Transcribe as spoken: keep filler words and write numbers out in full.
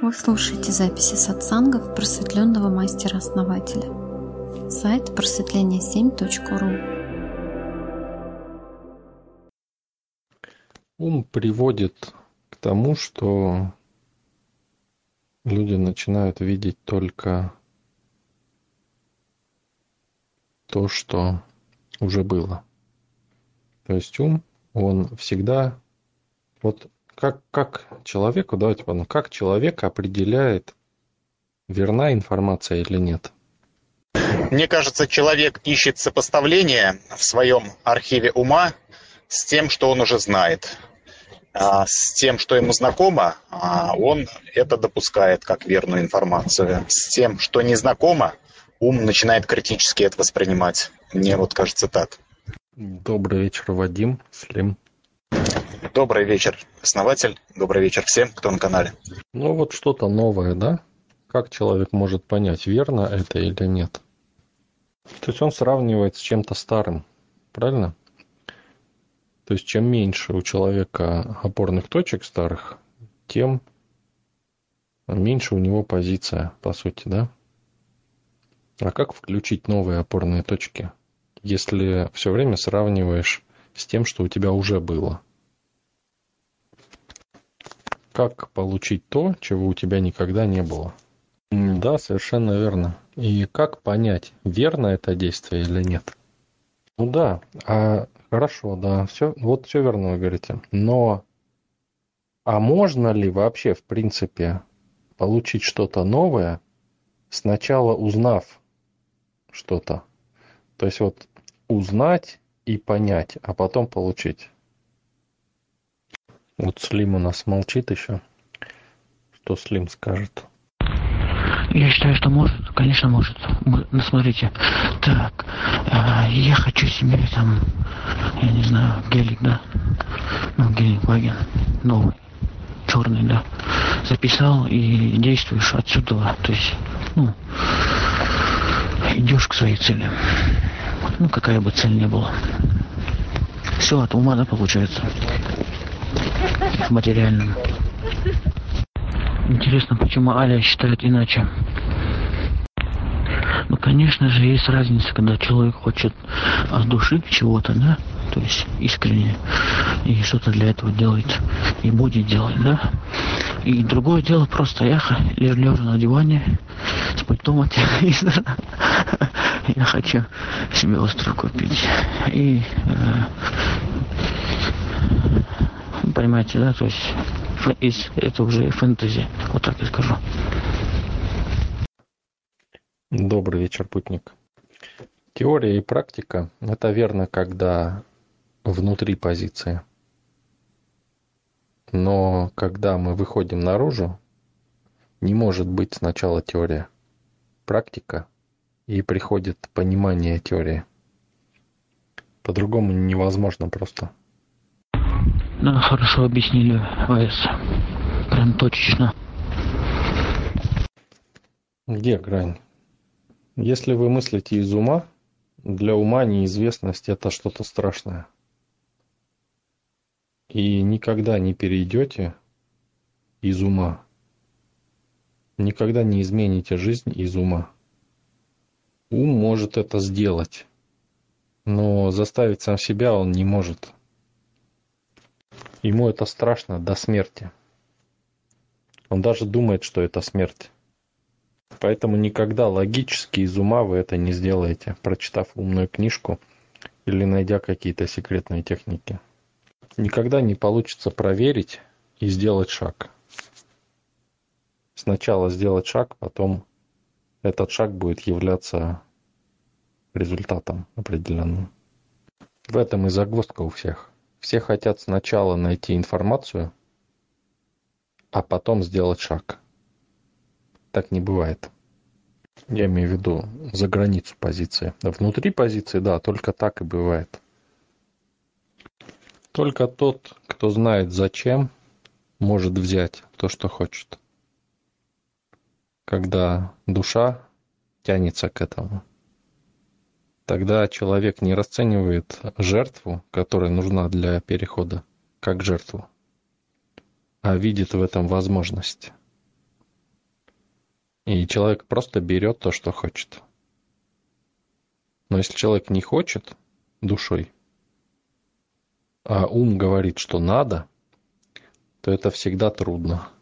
Вы слушаете записи сатсангов просветленного мастера-основателя. Сайт просветление семь точка ру. Ум приводит к тому, что люди начинают видеть только то, что уже было. То есть ум, он всегда... Вот как, как человеку, давайте подумаем, как человек определяет, верна информация или нет? Мне кажется, человек ищет сопоставление в своем архиве ума с тем, что он уже знает. А с тем, что ему знакомо, он это допускает как верную информацию. С тем, что не знакомо, ум начинает критически это воспринимать. Мне вот кажется так. Добрый вечер, Вадим, Слим. Добрый вечер, основатель. Добрый вечер всем, кто на канале. Ну вот что-то новое, да? Как человек может понять, верно это или нет? То есть он сравнивает с чем-то старым, правильно? То есть чем меньше у человека опорных точек старых, тем меньше у него позиция, по сути, да? А как включить новые опорные точки, если все время сравниваешь с тем, что у тебя уже было? Как получить то, чего у тебя никогда не было? Да, совершенно верно. И как понять, верно это действие или нет? Ну да, а хорошо, да, все, вот все верно вы говорите. Но, а можно ли вообще, в принципе, получить что-то новое, сначала узнав что-то? То есть вот узнать и понять, а потом получить. Вот Слим у нас молчит еще. Что Слим скажет? Я считаю, что может, конечно, может. Ну, смотрите, так, э, я хочу себе там, я не знаю, гелик, да, ну, гелик-ваген, новый, черный, да, записал и действуешь отсюда, то есть, ну, идешь к своей цели, ну, какая бы цель ни была. Все от ума, да, получается, в материальном. Интересно, почему Аля считает иначе? Ну, конечно же, есть разница, когда человек хочет от души чего-то, да, то есть искренне, и что-то для этого делает, и будет делать, да. И другое дело, просто я лежа на диване с пультом от телевизора, я хочу себе остров купить. И, э, понимаете, да, то есть это уже фэнтези, вот так я скажу. Добрый вечер, путник. Теория и практика – это верно, когда внутри позиции. Но когда мы выходим наружу, не может быть сначала теория, практика, и приходит понимание теории. По-другому невозможно просто. Да, хорошо объяснили, АЭС. Прям точечно. Где грань? Если вы мыслите из ума, для ума неизвестность – это что-то страшное. И никогда не перейдете из ума. Никогда не измените жизнь из ума. Ум может это сделать, но заставить сам себя он не может. Ему это страшно до смерти. Он даже думает, что это смерть. Поэтому никогда логически из ума вы это не сделаете, прочитав умную книжку или найдя какие-то секретные техники. Никогда не получится проверить и сделать шаг. Сначала сделать шаг, потом этот шаг будет являться результатом определенным. В этом и загвоздка у всех. Все хотят сначала найти информацию, а потом сделать шаг. Так не бывает. Я имею в виду за границу позиции. Внутри позиции, да, только так и бывает. Только тот, кто знает зачем, может взять то, что хочет. Когда душа тянется к этому, тогда человек не расценивает жертву, которая нужна для перехода, как жертву, а видит в этом возможность. И человек просто берет то, что хочет. Но если человек не хочет душой, а ум говорит, что надо, то это всегда трудно.